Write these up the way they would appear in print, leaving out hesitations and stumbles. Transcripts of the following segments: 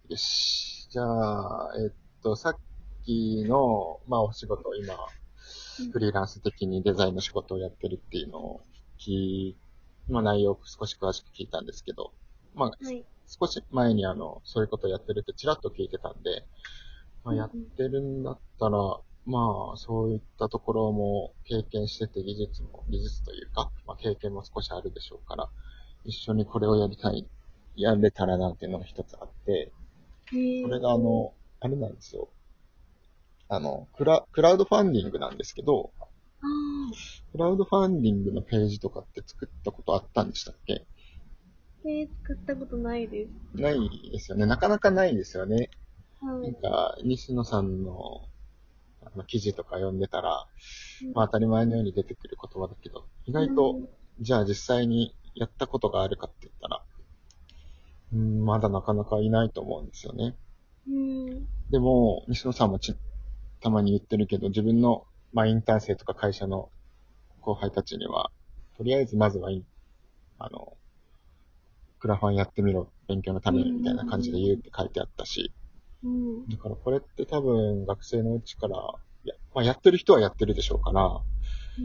よし。じゃあ、さっきの、お仕事、今、フリーランス的にデザインの仕事をやってるっていうのを内容を少し詳しく聞いたんですけど、 はい。 少し前にそういうことをやってるってちらっと聞いてたんで、やっうんうん。 てるんだったら、そういったところも経験してて技術というか、経験も少しあるでしょうから、一緒にこれをやれたらなっていうのが一つあって、 へえ。 それがあれなんですよ。クラウドファンディングなんですけど、 ああ、 クラウドファンディングのページとかって作ったことあったんでしたっけ？ 作ったことないです。 ないですよね。なかなかないですよね。 はい。 西野さんの記事とか読んでたら、 うん当たり前のように出てくる言葉だけど、意う外と、 ん。 じゃあ実際にやったことがあるかって言ったら、まだなかなかいないと思うんですよね。 うん。 でも、西野さんもたまに言ってるけど、自分の、インターン生とか会社の後輩たちには、とりあえずまずはあの、クラファンやってみろ、勉強のたうめにみたいな感じで言うっん。 て書いてあったし、 うん。 だからこれって多分学生のうちから、やってる人はやってるでしょうから、 うん。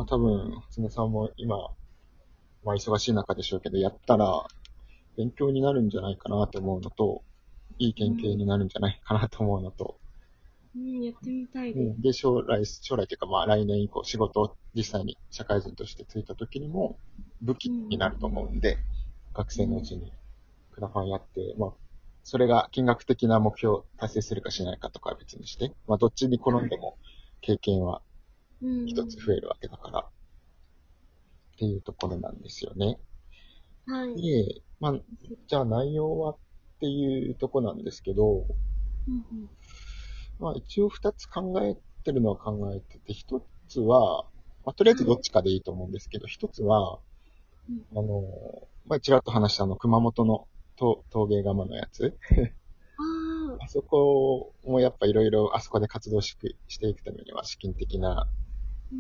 多分、初音さんも今、忙しい中でしょうけど、やったら勉強になるんじゃないかなと思うのと、いいうん。 経験になるんじゃないかなと思うのと、 うん。やってみたいです。 うん、で、将来というか来年以降仕事を実際に社会人としてついた時にも武器にうん。 なると思うんで、学うん。 生のうちにクラファンやって、それが金額的な目標を達成するかしないかとかは別にして、どっちに転んでも経験はうん。 一つ増えるわけだから、っていうところなんですよね。 はい。 で、じゃあ内容はっていうところなんですけど、 うん。 一応二つ考えてるのは考えてて、一つは、とりあえずはい。 どっちかでいいと思うんですけど、一つは、 うん。 ちらっと話した熊本の陶芸窯のやつ。 ああ。 あそこもやっぱいろいろあそこで活動していくためには資金的なうん。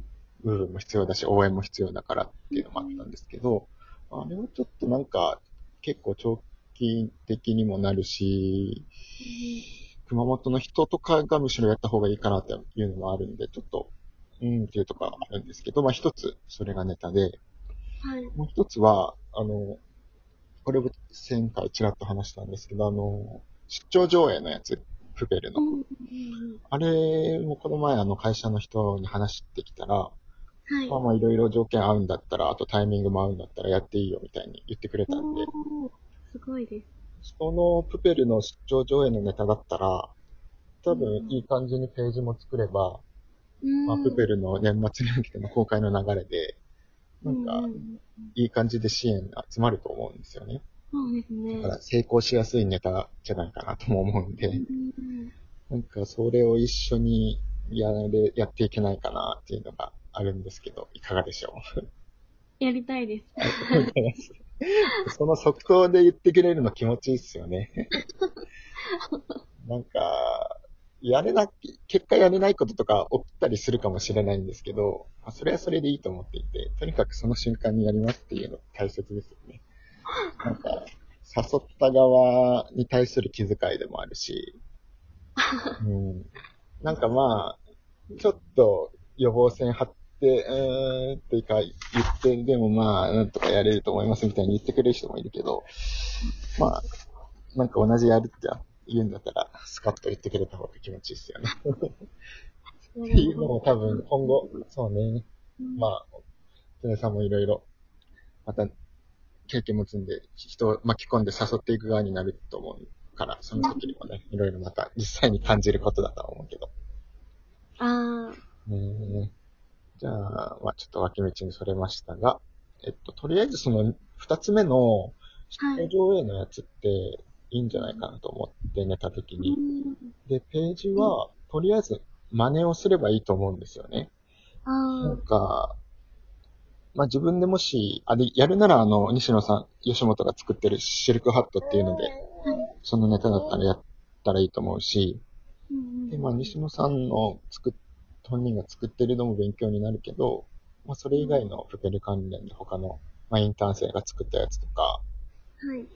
部分も必要だし、応援も必要だからっうん。 ていうのもあったんですけど、あれはちょっとなんか結構長期的にもなるし、 うん。 熊本の人とかがむしろやった方がいいかなっていうのもあるんで、ちょっと、っていうところはあるんですけど、一つそれがネタで、 はい。 もう一つは、これを前回ちらっと話したんですけど、出張上映のやつ、プペルの。 うん。うん。 あれもこの前会社の人に話してきたら、 はい。 いろいろ条件合うんだったら、あとタイミングも合うんだったらやっていいよみたいに言ってくれたんで、 おー。すごいです。 そのプペルの出張上映のネタだったら、多分いいうん。 感じにページも作れば、 うん。 プペルの年末に向けての公開の流れで、 うん。 なんか、 うん。 いい感じで支援が集まると思うんですよね。 そうですね。 だから成功しやすいネタじゃないかなとも思うんうで、 ん。 なんかそれを一緒にやっていけないかなっていうのがあるんですけど、いかがでしょう？ やりたいです。 ありがとうございます。その即答で言ってくれるの気持ちいいっすよね。なんか、結果やれないこととか起きたりするかもしれないんですけど、それはそれでいいと思っていて、とにかくその瞬間にやりますっていうの大切ですよね。なんか、誘った側に対する気遣いでもあるし、うん。なんかちょっと予防線張って、っていうか言って、でもなんとかやれると思いますみたいに言ってくれる人もいるけど、まあ、なんか同じやるって言うんだったら、スカッと言ってくれた方が気持ちいいですよね。 いや、 ってでも本いうのも多分今後、そうね、 当に、 まあ、常さんもいろいろ、また経験も積んで、人を巻き込んで誘っていく側になると思うから、その時にもね、いろいろまた実際に感じることだとは思うけど。 ああ、 ねじゃあ、ちょっと脇道にそれましたが、とりあえずその二つ目の出はい。 張上映のやつっていいんじゃないかなと思ってネタ的うに。 ん。 で、ページは、とりあえず真似をすればいいと思うんですよね。 あなんあ、 か、自分でもし、やるなら西野さん、吉本が作ってるシルクハットっていうので、 はい。 そのネタだったらやったらいいと思うし、 うんうで、 ん西野さんの本人が作ってるのも勉強になるけど、それ以うん。 外のプペル関連で他の、インターン生が作ったやつとか、 はい。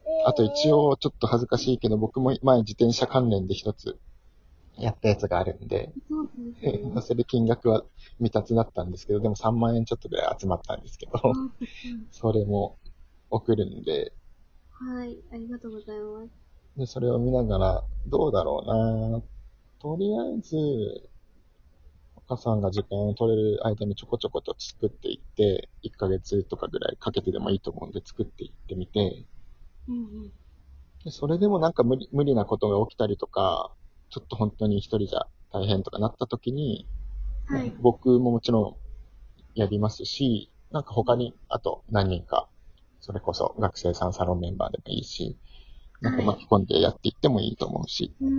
あと一応ちょっと恥ずかしいけど、僕も前自転車関連で一つやったやつがあるんで、 そうなんですね。 それ金額は未達だったんですけど、でも3万円ちょっとぐらい集まったんですけど、それも送るんで、 はい、ありがとうございます。 で、それを見ながら、どうだろうな。とりあえず、赤さんが時間を取れる間にちょこちょこと作っていって、1ヶ月とかぐらいかけてでもいいと思うんで作っていってみて、 うんうん。 でそれでもなんか無理なことが起きたりとか、ちょっと本当に一人じゃ大変とかなった時に、 はい。 僕ももちろんやりますし、なんか他に、あと何人か、それこそ学生さんサロンメンバーでもいいし、なんかはい。 巻き込んでやっていってもいいと思うし、 うん。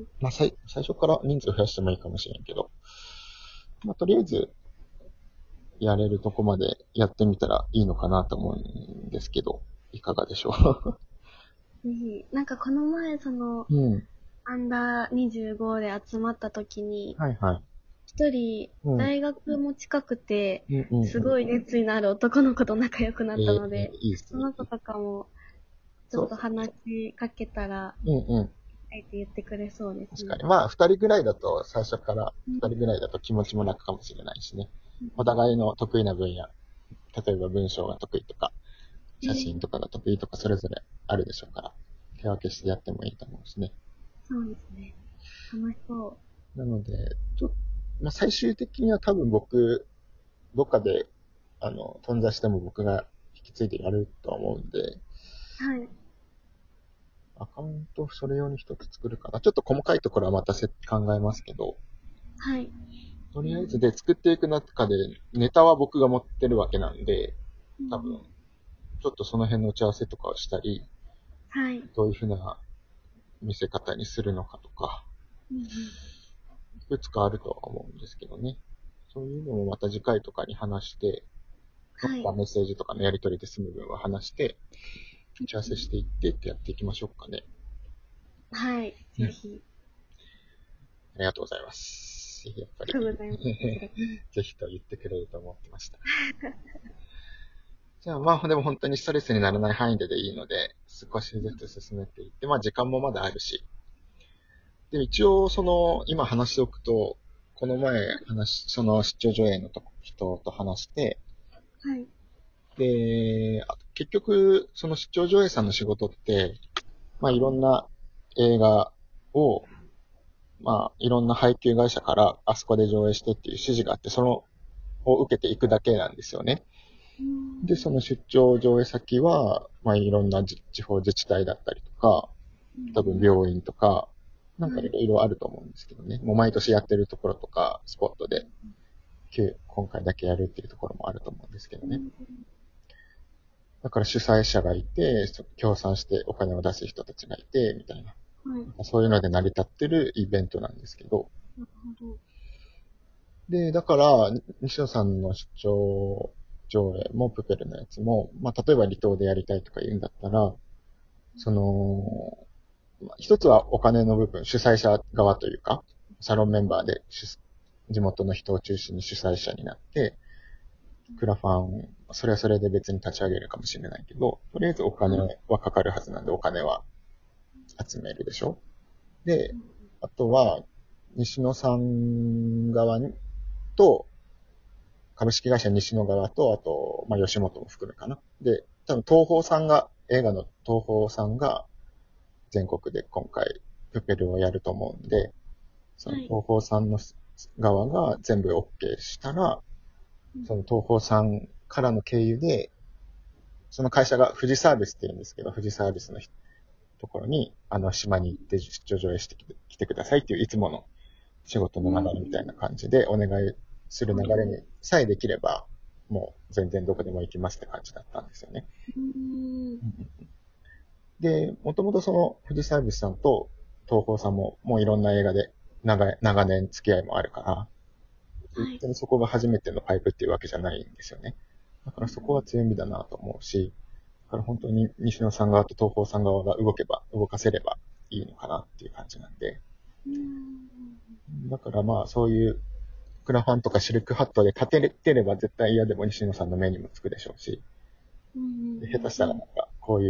まあ最初から人数増やしてもいいかもしれんけど、まあとりあえずやれるとこまでやってみたらいいのかなと思うんですけど、いかがでしょぜひ、なんかこの前、 う。うん。 アンダー25で集まった時に、 はいはい。 一人、 うん。 大学も近くて、 うんうん、うん。 すごい熱意のある男の子と仲良くなったので、 いいっすね。 その子とかも、ちょそう。 っと話しかけたら、 うんうん。 あえて言ってくれそうですね。 確かに。まあ、二人ぐらいだと、最初からうん。 二人ぐらいだと気持ちも楽かもしれないしね。お互いの得意な分野、例えば文章が得意とか、写真とかが得意とか、それぞれあるでしょうから、手分けしてやってもいいと思うしね。 そうですね。楽しそなので、まあ、最終的には多分僕、どっかで、頓挫しても僕が引き継いでやると思うんで、 う。はい。 アカウントそれ用に一つ作るかな。ちょっと細かいところはまた考えますけど、 はい。 とりあえずで作っていく中で、ネタは僕が持ってるわけなんで、多分、 うんちょっとその辺の打ち合わせとかをしたり、 はい。 どういうふうな見せ方にするのかとか、 うんいくつかあるとは思うんですけどね。そういうのもまた次回とかに話して、 はい。 メッセージとかのやり取りで済む分は話して、打ち合わせしていってってやっていきましょうかね。 はい。 うん。 ぜひ。 ありがとうございます。やっぱり、 ありがとうございます。 ぜひと言ってくれると思ってました。じゃあまあでも本当にストレスにならない範囲でいいので、少しずつ進めていって、まあ時間もまだあるし。で、一応今話しておくと、この前その出張上映の人と話して、 はい。 で、結局、その出張上映さんの仕事って、まあいろんな映画を、まあいろんな配給会社からあそこで上映してっていう指示があって、を受けていくだけなんですよね。 うん。 で、その出張上映先は、まあ、いろんな地方自治体だったりとか、多分病院とか、なんかいろいろあると思うんですけどね。もう毎年やってるところとか、スポットで、今回だけやるっていうところもあると思うんですけどね。だから主催者がいて、協賛してお金を出す人たちがいて、みたいな。 はい。 そういうので成り立ってるイベントなんですけど。 なるほど。 で、だから、西野さんの出張上映もプペルのやつも、まあ、例えば離島でやりたいとか言うんだったら、その、一つはお金の部分、主催者側というか、サロンメンバーで地元の人を中心に主催者になって、クラファン、それはそれで別に立ち上げるかもしれないけど、とりあえずお金はかかるはずなんでお金は集めるでしょ。で、あとは、西野さん側と、株式会社西野側と、あと、まあ、吉本も含むかな。で、多分映画の東宝さんが全国で今回、プペルをやると思うんで、その東宝さんの側が全部 OK したら、その東宝さんからの経由で、その会社が富士サービスって言うんですけど、富士サービスのところに、島に行って出張上映してきてくださいっていういつもの仕事の流れみたいな感じでお願いする流れにさえできれば、もう全然どこでも行きますって感じだったんですよね。 うん。 で、もともとその富士サービスさんと東宝さんももういろんな映画で長年付き合いもあるから、 はい。 別にそこが初めてのパイプっていうわけじゃないんですよね。だからそこは強みだなと思うし、だから本当に西野さん側と東宝さん側が動かせればいいのかなっていう感じなんで。 うん。 だからまあそういうクラファンとかシルクハットで勝てれば絶対嫌でも西野さんの目にもつくでしょうし、 うん。 下手したらなんかこういうの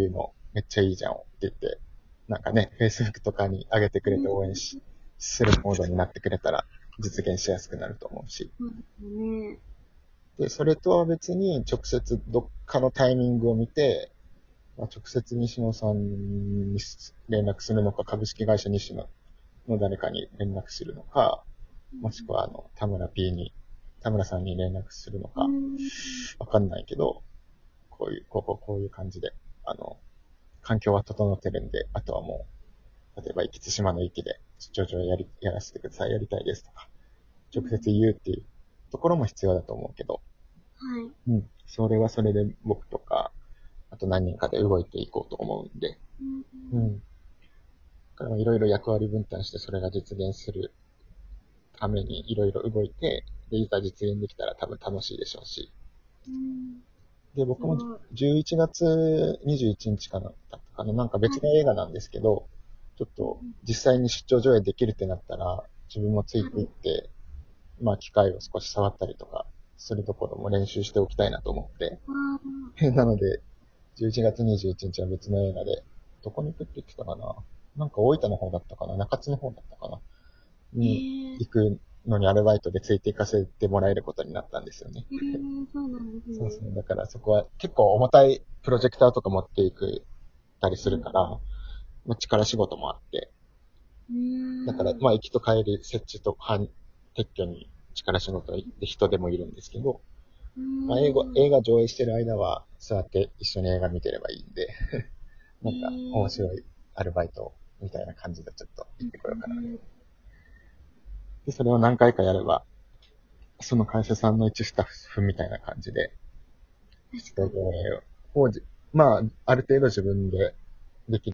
めっちゃいいじゃんって言って、なんかね、Facebook とかに上げてくれて応援するモードになってくれたら実現しやすくなると思うし。 そうですね。 で、それとは別に直接どっかのタイミングを見て、直接西野さんに連絡するのか、株式会社西野の誰かに連絡するのか、もしくは田村さんに連絡するのか、わかんないけど、こういう感じで、環境は整ってるんで、あとはもう、例えば、壱岐島の駅で出張所やらせてください、やりたいですとか、直接言うっていうところも必要だと思うけど、 はい。 うん。それはそれで僕とか、あと何人かで動いていこうと思うんで、うん。だからいろいろ役割分担してそれが実現するためにいろいろ動いて、で、いざ実現できたら多分楽しいでしょうし。で、僕も11月21日かな、だったかな、なんか別の映画なんですけど、ちょっと実際に出張上映できるってなったら、自分もついていって、まあ機械を少し触ったりとかするところも練習しておきたいなと思って。なので、11月21日は別の映画で、どこに行くって言ってたかな、なんか大分の方だったかな、中津の方だったかなに行くのにアルバイトでついて行かせてもらえることになったんですよね。 そうなんですね。 そうそう。だからそこは結構重たいプロジェクターとか持っていくたりするから、まあ、力仕事もあって、だからまあ行きと帰り設置と撤去に力仕事行って人でもいるんですけど、まあ、映画上映してる間は座って一緒に映画見てればいいんで、なんか面白いアルバイトみたいな感じでちょっと行ってこようかな。で、それを何回かやれば、その会社さんの一スタッフみたいな感じで、まあ、ある程度自分ででき